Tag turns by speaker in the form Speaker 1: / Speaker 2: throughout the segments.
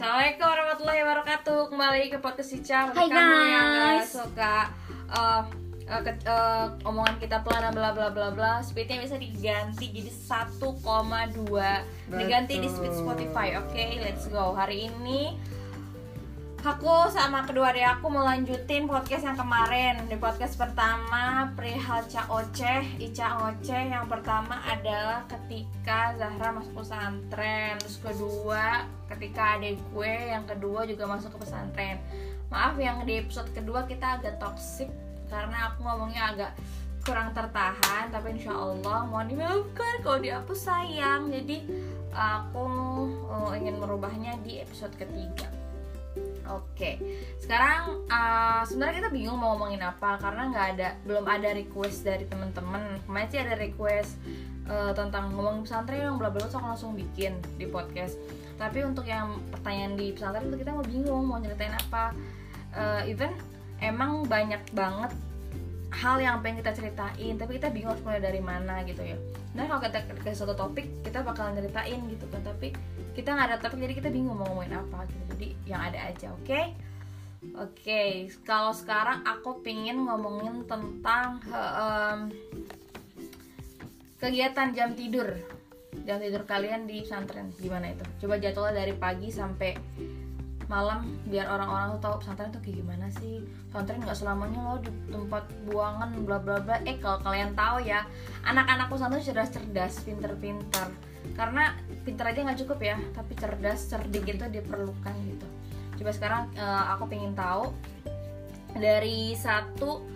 Speaker 1: Assalamualaikum warahmatullahi wabarakatuh. Kembali ke podcast Ica.
Speaker 2: Hai
Speaker 1: Kamu yang gak
Speaker 2: guys.
Speaker 1: suka omongan kita pelan bla bla bla bla, speednya bisa diganti jadi 1,2. Diganti di speed Spotify. Oke, let's go. Hari ini aku sama kedua adik aku mau lanjutin podcast yang kemarin. Di podcast pertama perihal Ica Oceh. Yang pertama adalah ketika Zahra masuk pesantren. Terus kedua ketika adik gue yang kedua juga masuk ke pesantren. Maaf yang di episode kedua kita agak toxic karena aku ngomongnya agak kurang tertahan. Tapi insya Allah mohon dimaafkan kalau dihapus sayang. Jadi aku ingin merubahnya di episode ketiga. Oke, sekarang sebenarnya kita bingung mau ngomongin apa karena belum ada request dari teman-teman. Kemarin sih ada request tentang ngomongin pesantren yang bla bla, so aku langsung bikin di podcast. Tapi untuk yang pertanyaan di pesantren itu kita mau bingung mau nyeritain apa. Even emang banyak banget hal yang pengen kita ceritain, tapi kita bingung harus mulai dari mana gitu ya. Nah kalau kita kasih satu topik kita bakal nyeritain gitu kan, tapi kita nggak ada topik jadi kita bingung mau ngomongin apa gitu. Jadi yang ada aja, oke? Kalau sekarang aku pengen ngomongin tentang kegiatan jam tidur kalian di pesantren gimana itu? Coba jadwalnya dari pagi sampai malam biar orang-orang tuh tahu pesantren tuh kayak gimana sih. Pesantren nggak selamanya lo di tempat buangan bla bla bla. Kalau kalian tahu ya, anak-anak pesantren cerdas, pinter-pinter. Karena pinter aja nggak cukup ya, tapi cerdik itu diperlukan gitu. Coba sekarang aku pengen tahu dari 1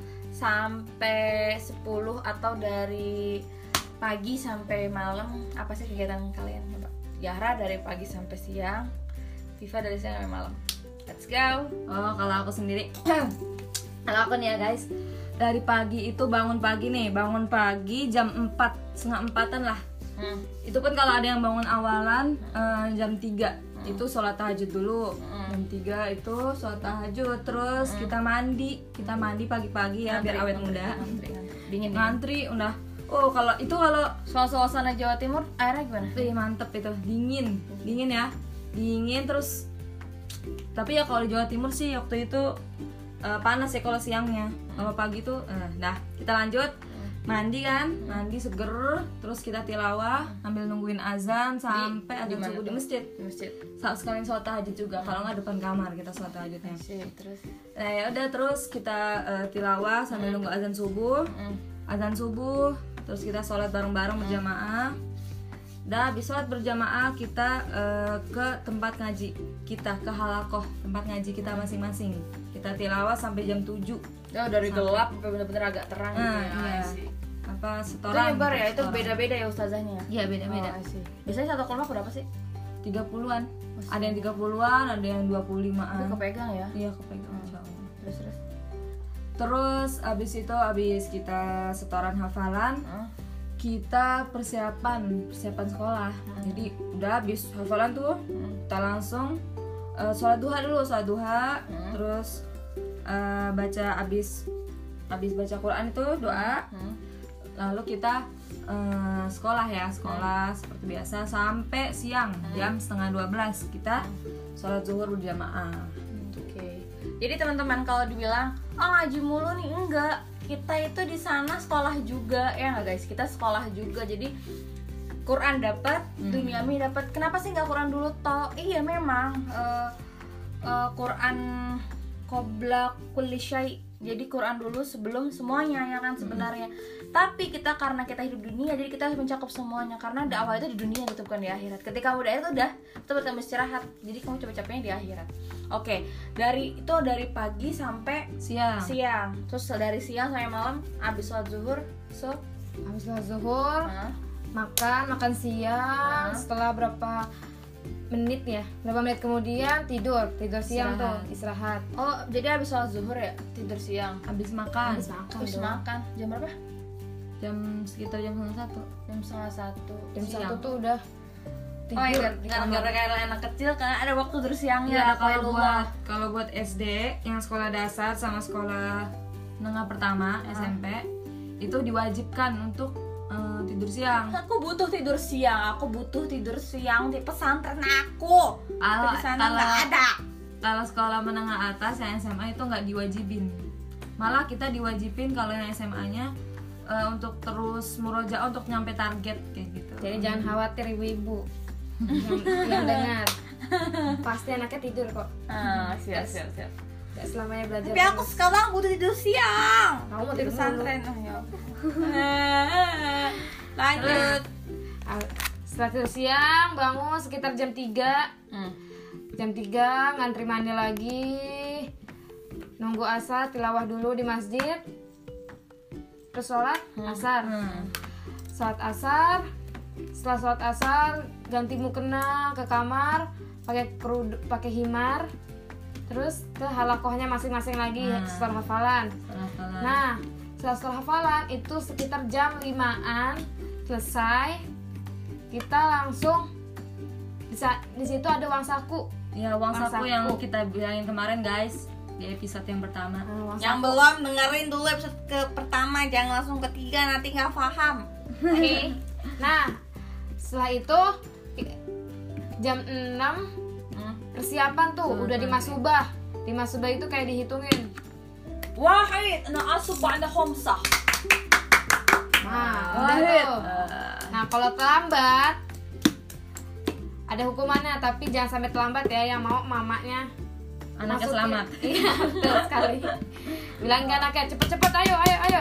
Speaker 1: sampai 10 atau dari pagi sampai malam apa sih kegiatan kalian? Coba Zahra dari pagi sampai siang, Viva dari siang sampai malam. Let's go.
Speaker 2: Kalau aku sendiri kalau aku nih ya guys, dari pagi itu bangun pagi jam 4, setengah 4-an lah. Itu pun kalau ada yang bangun awalan jam 3 itu sholat tahajud dulu. Jam 3 itu sholat tahajud. Terus kita mandi pagi-pagi ya, biar awet muda.
Speaker 1: Dingin.
Speaker 2: Ngantri udah. Kalau
Speaker 1: Suasana Jawa Timur airnya gimana?
Speaker 2: mantep itu, dingin ya. Dingin terus. Tapi ya kalau di Jawa Timur sih waktu itu panas ya kalau siangnya. Kalau pagi tuh kita lanjut. Mandi seger, terus kita tilawah sambil nungguin azan sampai azan subuh di masjid. Saat sekalian sholat tahajud juga, kalau nggak depan kamar kita sholat tahajudnya.
Speaker 1: Terus
Speaker 2: Ya udah, terus kita tilawah sambil nunggu azan subuh. Terus kita sholat bareng-bareng berjamaah. Habis sholat berjamaah kita ke tempat ngaji kita, ke halakoh tempat ngaji kita masing-masing. Kita tilawah sampai jam 7.
Speaker 1: Ya dari gelap sampai benar-benar agak terang gitu ya.
Speaker 2: Iya. Apa setoran?
Speaker 1: Itu nyebar ya, itu beda-beda ya ustazahnya.
Speaker 2: Iya, beda-beda.
Speaker 1: Biasanya satu kelompok berapa sih?
Speaker 2: 30-an. Ada yang 30-an, ada yang 25-an.
Speaker 1: Itu kepegang ya?
Speaker 2: Iya, kepegang insyaallah.
Speaker 1: Terus
Speaker 2: Abis kita setoran hafalan, kita persiapan sekolah. Jadi udah habis hafalan tuh, kita langsung sholat duha. Terus baca abis baca Quran itu doa. Lalu kita sekolah seperti biasa sampai siang jam setengah 12 kita sholat zuhur berjamaah.
Speaker 1: Oke. Jadi teman-teman kalau dibilang ngaji mulu nih, enggak, kita itu di sana sekolah juga ya nggak guys, kita sekolah juga. Jadi Quran dapat, duniami dapat. Kenapa sih nggak Quran dulu toh? Iya memang Quran qabla kulli syai'. Jadi Quran dulu sebelum semuanya ya kan sebenarnya. Tapi karena kita hidup dunia, jadi kita harus mencakup semuanya. Karena dakwah itu di dunia gitu, bukan di akhirat. Ketika udah itu udah kamu istirahat. Jadi kamu coba-capeknya di akhirat. Oke, dari pagi sampai siang. Terus dari siang sampai malam habis sholat zuhur,
Speaker 3: habis sholat zuhur, makan siang. Setelah berapa menit kemudian tidur siang tuh istirahat.
Speaker 1: Oh, jadi habis sholat zuhur ya tidur siang.
Speaker 2: Habis makan.
Speaker 1: Makan. Jam berapa?
Speaker 2: Sekitar jam 1.
Speaker 1: Jam 1.
Speaker 3: Jam 1 tuh udah tidur.
Speaker 1: Oh iya, gara-gara kayak anak kecil kan ada waktu tidur siangnya.
Speaker 2: Ya, kalau buat SD yang sekolah dasar sama sekolah menengah pertama SMP itu diwajibkan untuk tidur siang.
Speaker 1: Aku butuh tidur siang di pesantren aku. Tapi di sana nggak ada.
Speaker 2: Kalau sekolah menengah atas yang SMA itu nggak diwajibin. Malah kita diwajibin kalau yang SMA-nya untuk terus murojaah untuk nyampe target kayak gitu.
Speaker 3: Jadi jangan khawatir ibu-ibu yang dengar. Pasti anaknya tidur kok.
Speaker 1: Siap.
Speaker 3: Gak selamanya belajar.
Speaker 1: Tapi aku sekarang butuh tidur siang.
Speaker 3: Kamu mau
Speaker 1: di
Speaker 3: tidur
Speaker 1: pesantren. Lanjut.
Speaker 3: Setelah tidur siang bangun sekitar jam 3. Jam 3 ngantri mandi lagi. Nunggu asar, tilawah dulu di masjid. Terus sholat asar. Sholat asar. Setelah sholat asar ganti mukena ke kamar, pakai himar. Terus ke halakohnya masing-masing lagi setelah hafalan. Nah, setelah hafalan itu sekitar jam 5-an selesai. Kita langsung di situ ada uang saku.
Speaker 2: Ya, uang saku yang kita bilangin kemarin guys di episode yang pertama.
Speaker 1: Yang belum dengerin dulu episode pertama, jangan langsung ketiga nanti nggak paham.
Speaker 3: Oke. Nah, setelah itu jam 6 persiapan tuh udah di masubah. Di masubah itu kayak dihitungin.
Speaker 1: Wahid, ana asub ba'da khamsah.
Speaker 3: Nah, udah tuh. Nah, kalau terlambat ada hukumannya, tapi jangan sampai terlambat ya, yang mau mamanya
Speaker 2: Anaknya selamat.
Speaker 3: Iya, betul sekali. Bilang ke anaknya, cepet-cepet, ayo.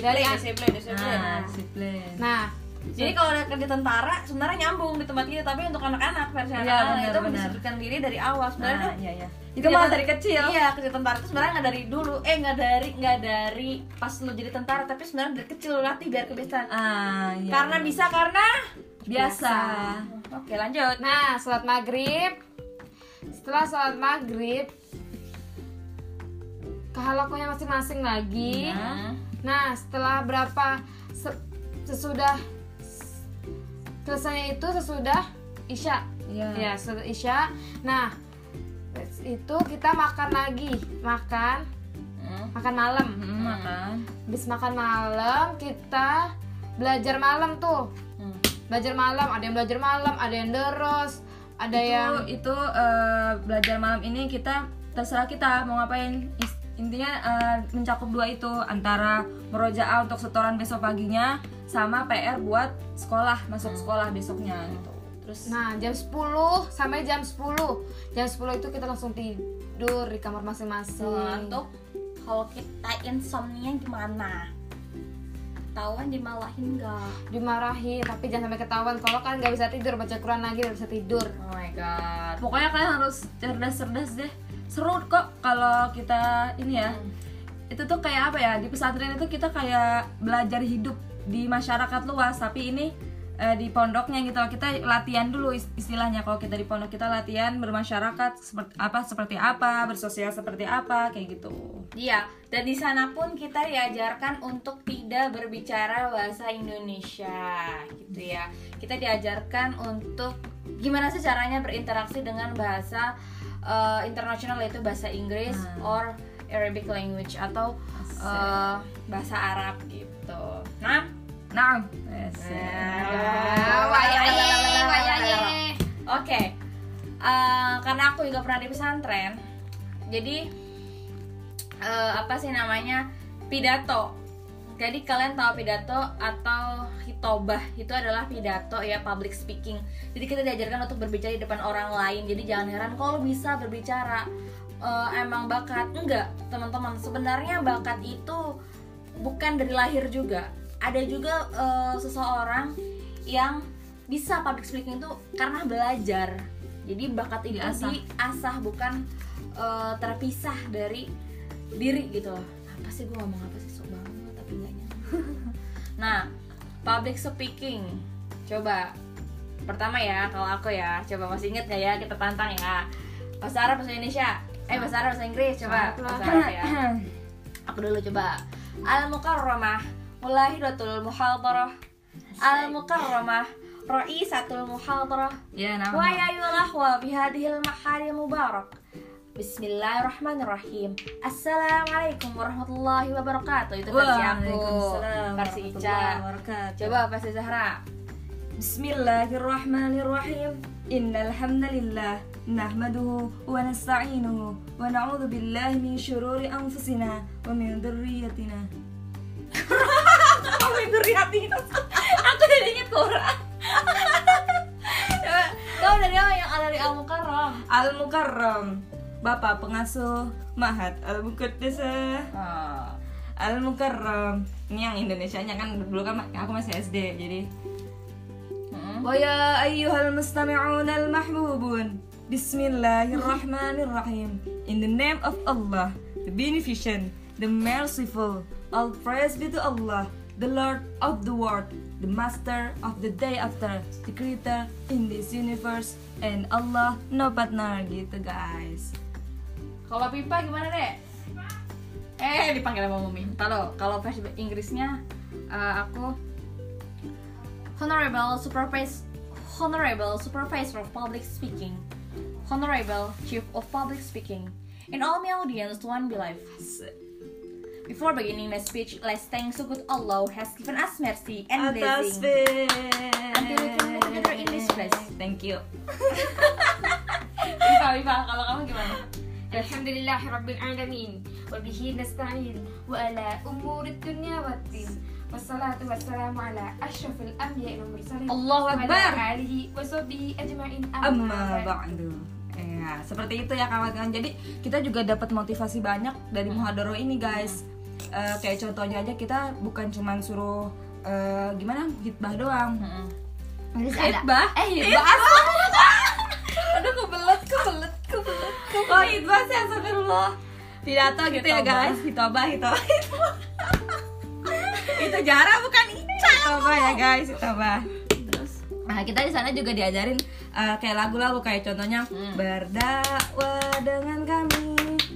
Speaker 2: Disiplin.
Speaker 3: Nah,
Speaker 1: jadi kalau udah kerja tentara sebenarnya nyambung di tempat kita, tapi untuk anak-anak versi anak-anak itu mendisiplinkan diri dari awal sebenarnya.
Speaker 2: Iya. Itu malah dari kecil.
Speaker 1: Iya, kerja tentara itu sebenarnya nggak dari dulu, nggak dari pas lu jadi tentara, tapi sebenarnya dari kecil lu latih biar kebiasaan.
Speaker 2: Iya.
Speaker 1: Karena
Speaker 2: biasa.
Speaker 1: Oke, lanjut.
Speaker 3: Nah, sholat maghrib. Setelah sholat maghrib ke halakohnya masing-masing lagi. Nah, setelah sesudah selesainya itu sesudah isya. Ya, sesudah isya. Nah, itu kita makan lagi, makan malam. Habis makan malam kita belajar malam tuh. Belajar malam, ada yang belajar malam, ada yang deros, ada
Speaker 2: itu belajar malam ini kita terserah kita mau ngapain. Intinya mencakup dua itu, antara murojaah untuk setoran besok paginya sama PR buat masuk sekolah besoknya gitu. Terus
Speaker 3: jam 10 sampai jam 10 itu kita langsung tidur di kamar masing-masing.
Speaker 1: Ngantuk. Kalau kita insomnia gimana? Ketahuan dimarahin nggak?
Speaker 3: Dimarahin, tapi jangan sampai ketahuan. Kalau kan nggak bisa tidur, baca Quran lagi nggak bisa tidur.
Speaker 1: Oh my god.
Speaker 2: Pokoknya kalian harus cerdas deh. Seru kok kalau kita ini ya. Itu tuh kayak apa ya, di pesantren itu kita kayak belajar hidup di masyarakat luas, tapi ini di pondoknya gitu. Kita latihan dulu istilahnya. Kalau kita di pondok kita latihan bermasyarakat seperti apa, bersosial seperti apa, kayak gitu.
Speaker 1: Iya, dan di sana pun kita diajarkan untuk tidak berbicara bahasa Indonesia gitu ya. Kita diajarkan untuk gimana sih caranya berinteraksi dengan bahasa internasional, yaitu bahasa Inggris or Arabic language atau bahasa Arab gitu. Oke. Karena aku juga pernah di pesantren. Jadi pidato. Jadi kalian tahu pidato atau hitobah itu adalah pidato ya, public speaking. Jadi kita diajarkan untuk berbicara di depan orang lain. Jadi jangan heran kalau bisa berbicara emang bakat. Enggak, teman-teman. Sebenarnya bakat itu bukan dari lahir juga. Ada juga seseorang yang bisa public speaking itu karena belajar. Jadi bakat itu diasah, bukan terpisah dari diri gitu loh. Apa sih gue ngomong apa sih, sok banget tapi nggak nyambung. Nah, public speaking. Coba pertama ya, kalau aku ya, coba masih inget gak ya, kita tantang ya. Bahasa Arab, bahasa Indonesia, bahasa Arab, bahasa Inggris, coba. Bahasa Arab ya. Aku dulu coba. Al-Mukarramah Mulahidatul Muhadarah. Al-Mukarramah Ra'isatul Muhadarah.
Speaker 2: Ya, nama.
Speaker 1: Wa yayulah wa bihadihil mahari mubarak. Bismillahirrahmanirrahim. Assalamualaikum warahmatullahi wabarakatuh. Itu versi aku. Versi Ica. Coba versi Zahra.
Speaker 2: Bismillahirrahmanirrahim. Innal hamdalillah nahmaduhu wa nasta'inuhu wa na'udzu billahi min syururi anfusina wa min dzurriyyatina.
Speaker 1: Min dzurriyyatina. Aku jadi ingat Quran. Coba, kau dari apa yang dari Al-Mukarram?
Speaker 2: Al-Mukarram, Bapak Pengasuh Mahat Al-Muqaddasah. Al-Mukarram. Ini yang Indonesianya kan dulu kan aku masih SD jadi. Wa ya ayyuhal mustami'un al-mahbubun. Bismillahirrahmanirrahim. In the name of Allah, the Beneficent, the Merciful. All praise be to Allah, the Lord of the world, the Master of the day after, the Creator in this universe, and Allah no partner gitu guys.
Speaker 1: Kalau Pipa gimana, Dek? Dipanggil sama Mumi. Kalau versi Inggrisnya aku Honorable Supervisor of Public Speaking, Honorable Chief of Public Speaking, and all my audience to one be life. Before beginning my speech, let's thank so good Allah who has given us mercy and blessing until we can live together in this place.
Speaker 2: Thank you.
Speaker 1: Viva, kalau kamu gimana?
Speaker 3: Alhamdulillahirrabbilalamin wabihi nasta'in wa ala umuri dunya waddin wassalatu wassalamu ala asyrafil anbiya'i wal mursalin
Speaker 1: Allahu
Speaker 3: wa
Speaker 1: Akbar.
Speaker 3: ala alihi wa sahbihi ajma'in
Speaker 2: Amma ba'du. Ya, seperti itu ya kawan-kawan. Jadi kita juga dapat motivasi banyak dari muhadharah ini guys. Kayak contohnya aja kita bukan cuman suruh gimana hitbah doang.
Speaker 1: Hitbah?
Speaker 2: Hitbah. Aduh kebelet. Oh hitbah sih astagfirullah. Pidato gitu ya guys. Hitbah. Itu Jara bukan Ica. Hitbah ya guys, hitbah. Terus nah kita di sana juga diajarin kayak lagu-lagu kayak contohnya berdakwah dengan kami,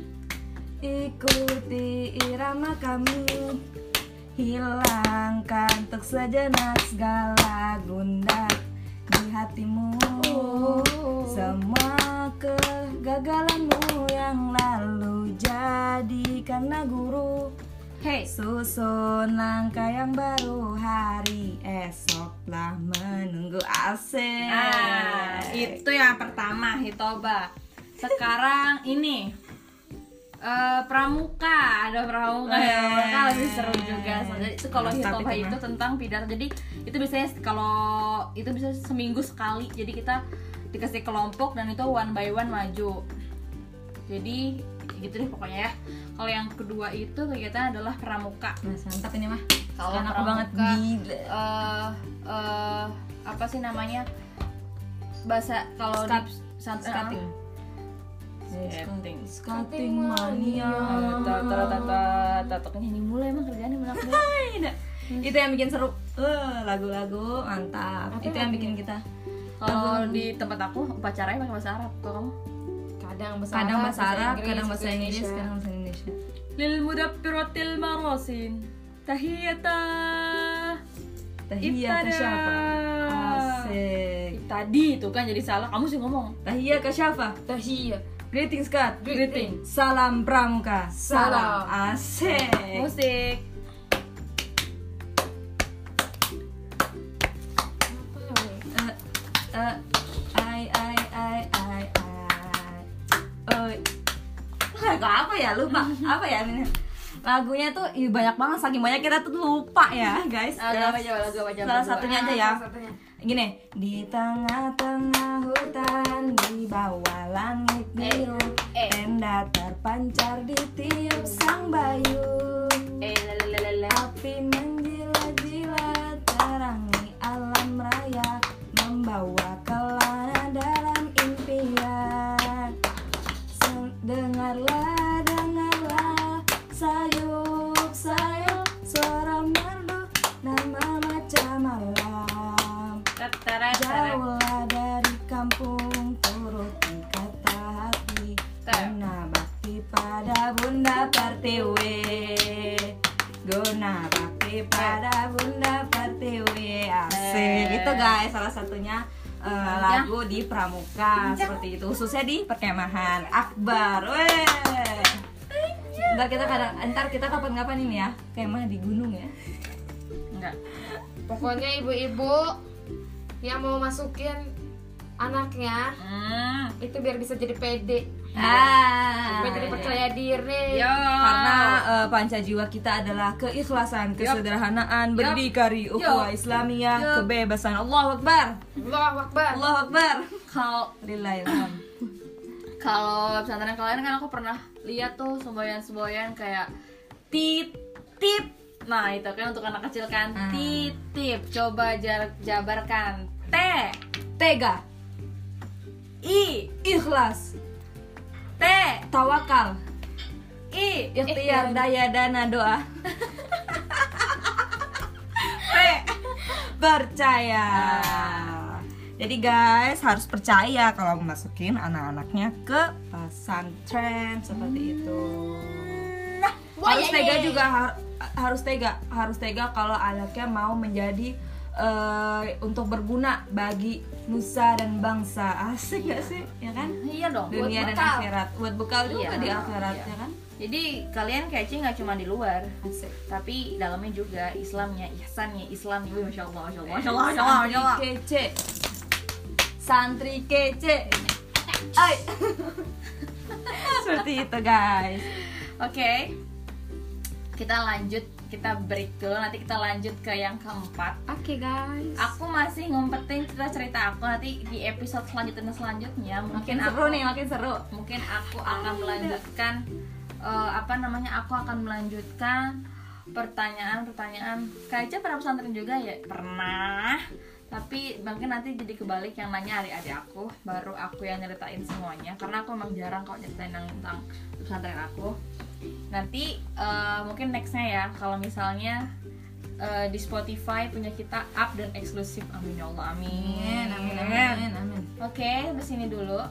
Speaker 2: ikuti irama kami, hilangkan untuk sejenak segala gundah di hatimu, semua kegagalanmu yang lalu jadikanlah guru.
Speaker 1: Hey,
Speaker 2: Susun langkah yang baru, hari esoklah menunggu asik.
Speaker 1: itu yang pertama hitoba. Sekarang ini pramuka, ada pramuka ya, pramuka lebih seru juga. Jadi itu kalau hitoba itu tentang pidato. Jadi itu biasanya kalau itu bisa seminggu sekali. Jadi kita dikasih kelompok dan itu one by one maju. Jadi gitu deh pokoknya ya. Kalau yang kedua itu kegiatan adalah pramuka.
Speaker 2: Mantap ini mah.
Speaker 1: Kalau
Speaker 2: aku
Speaker 1: pramuka,
Speaker 2: banget gila.
Speaker 1: Apa sih namanya? Bahasa kalau di
Speaker 2: Skating mania.
Speaker 1: Tatok nyanyi mulai emang kerjaannya banyak banget.
Speaker 2: Itu yang bikin seru. Lagu-lagu mantap. Itu yang bikin kita.
Speaker 1: Kalau di tempat aku upacaranya pakai bahasa Arab. Kalau kamu?
Speaker 3: kadang
Speaker 2: bahasa Arab, kadang bahasa Inggris, kadang bahasa Indonesia.
Speaker 1: Lil mudabbiratil marasin tahiyata
Speaker 2: ke siapa? Asik.
Speaker 1: Tadi itu kan jadi salah, kamu sih ngomong.
Speaker 2: Tahiyah ke siapa?
Speaker 3: tahiyah
Speaker 2: Greetings Kat.
Speaker 3: Greeting.
Speaker 2: Salam pramuka.
Speaker 3: Salam.
Speaker 2: Asik.
Speaker 1: Musik.
Speaker 2: Lagu apa ya? Lupa. Apa ya ini? Lagunya tuh banyak banget, saking banyak kita tuh lupa ya guys.
Speaker 1: Lagu apa?
Speaker 2: Salah satunya aja ya.
Speaker 3: satunya.
Speaker 2: Gini, di tengah-tengah hutan, di bawah langit biru, tenda terpancar di tiup sang bayu, api menjilat-jilat terangi alam raya, membawa kelana dalam impian. Dengarlah sayup suara merdu nama macam malam. Jauhlah dari kampung, turuti kata hati, guna bakti pada Bunda Pertiwi, guna bakti pada Bunda Pertiwi. Asik. Itu guys salah satunya lagu di pramuka seperti itu, khususnya di perkemahan Akbar. Weh. Ntar kita kapan-kapan ini ya kemah di gunung ya.
Speaker 1: Enggak.
Speaker 3: Pokoknya ibu-ibu yang mau masukin anaknya itu biar bisa jadi pede, biar jadi percaya diri.
Speaker 2: Karena panca-jiwa kita adalah keikhlasan, kesederhanaan, berdikari, ukhuwah Islamiyah, kebebasan. Allahu Akbar.
Speaker 3: Allahu Akbar.
Speaker 2: Allahu Akbar.
Speaker 1: Kalau
Speaker 2: Lillahilham.
Speaker 1: kalau pesantren kalian kan aku pernah lihat tuh semboyan kayak titip. Nah itu kan untuk anak kecil kan, titip. Coba jabarkan.
Speaker 2: Tega,
Speaker 1: ikhlas,
Speaker 2: tawakal,
Speaker 1: ikhtiar,
Speaker 2: daya dana doa, percaya. Jadi guys harus percaya kalau masukin anak-anaknya ke pesantren seperti itu. Harus tega juga, harus tega kalau anaknya mau menjadi untuk berguna bagi nusa dan bangsa. Asik gak sih, ya kan?
Speaker 1: Iya dong.
Speaker 2: Dunia dan akhirat, buat bekal juga di akhirat, ya kan?
Speaker 1: Jadi kalian kece nggak cuma di luar,
Speaker 2: Asik.
Speaker 1: tapi dalamnya juga Islamnya, ihsannya, Islam. Wih, masya Allah, masya Allah,
Speaker 2: Santri kece, santri kece. Ay. Seperti itu guys.
Speaker 1: Oke. Kita lanjut, kita break dulu. Nanti kita lanjut ke yang keempat.
Speaker 3: Oke guys.
Speaker 1: Aku masih ngumpetin cerita aku nanti di episode selanjutnya.
Speaker 2: Makin seru nih, makin seru.
Speaker 1: Mungkin aku akan melanjutkan aku akan melanjutkan pertanyaan. Kayaknya pernah pesantren juga ya? Pernah. Tapi mungkin nanti jadi kebalik, yang nanya adik-adik aku, baru aku yang nyeritain semuanya. Karena aku emang jarang kok nyeritain tentang pesantren aku. Nanti mungkin nextnya ya, kalau misalnya di Spotify punya kita up dan eksklusif. Amin ya Allah, amin. Oke, sampai sini dulu.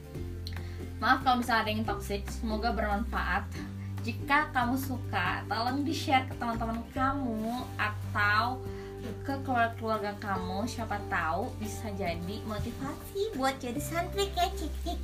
Speaker 1: Maaf kalau misalnya ada yang toxic, semoga bermanfaat. Jika kamu suka, tolong di-share ke teman-teman kamu atau ke keluarga kamu, siapa tahu bisa jadi motivasi buat jadi santri kayak kita,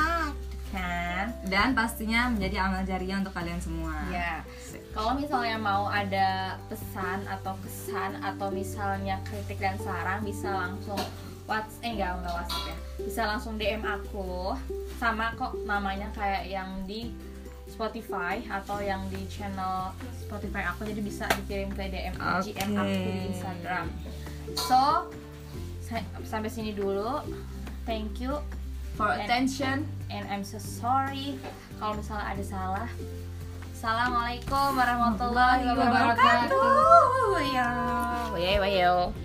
Speaker 1: kan?
Speaker 2: Dan pastinya menjadi amal jariah untuk kalian semua.
Speaker 1: Ya. Kalau misalnya mau ada pesan atau kesan atau misalnya kritik dan saran, bisa langsung enggak WhatsApp ya. Bisa langsung DM aku. Sama kok namanya kayak yang di Spotify atau yang di channel Spotify aku, jadi bisa dikirim ke DM GM aku di Instagram. So, sampai sini dulu. Thank you
Speaker 2: for attention
Speaker 1: and I'm so sorry kalau misalnya ada salah. Assalamualaikum warahmatullahi wabarakatuh. Ya, wayo.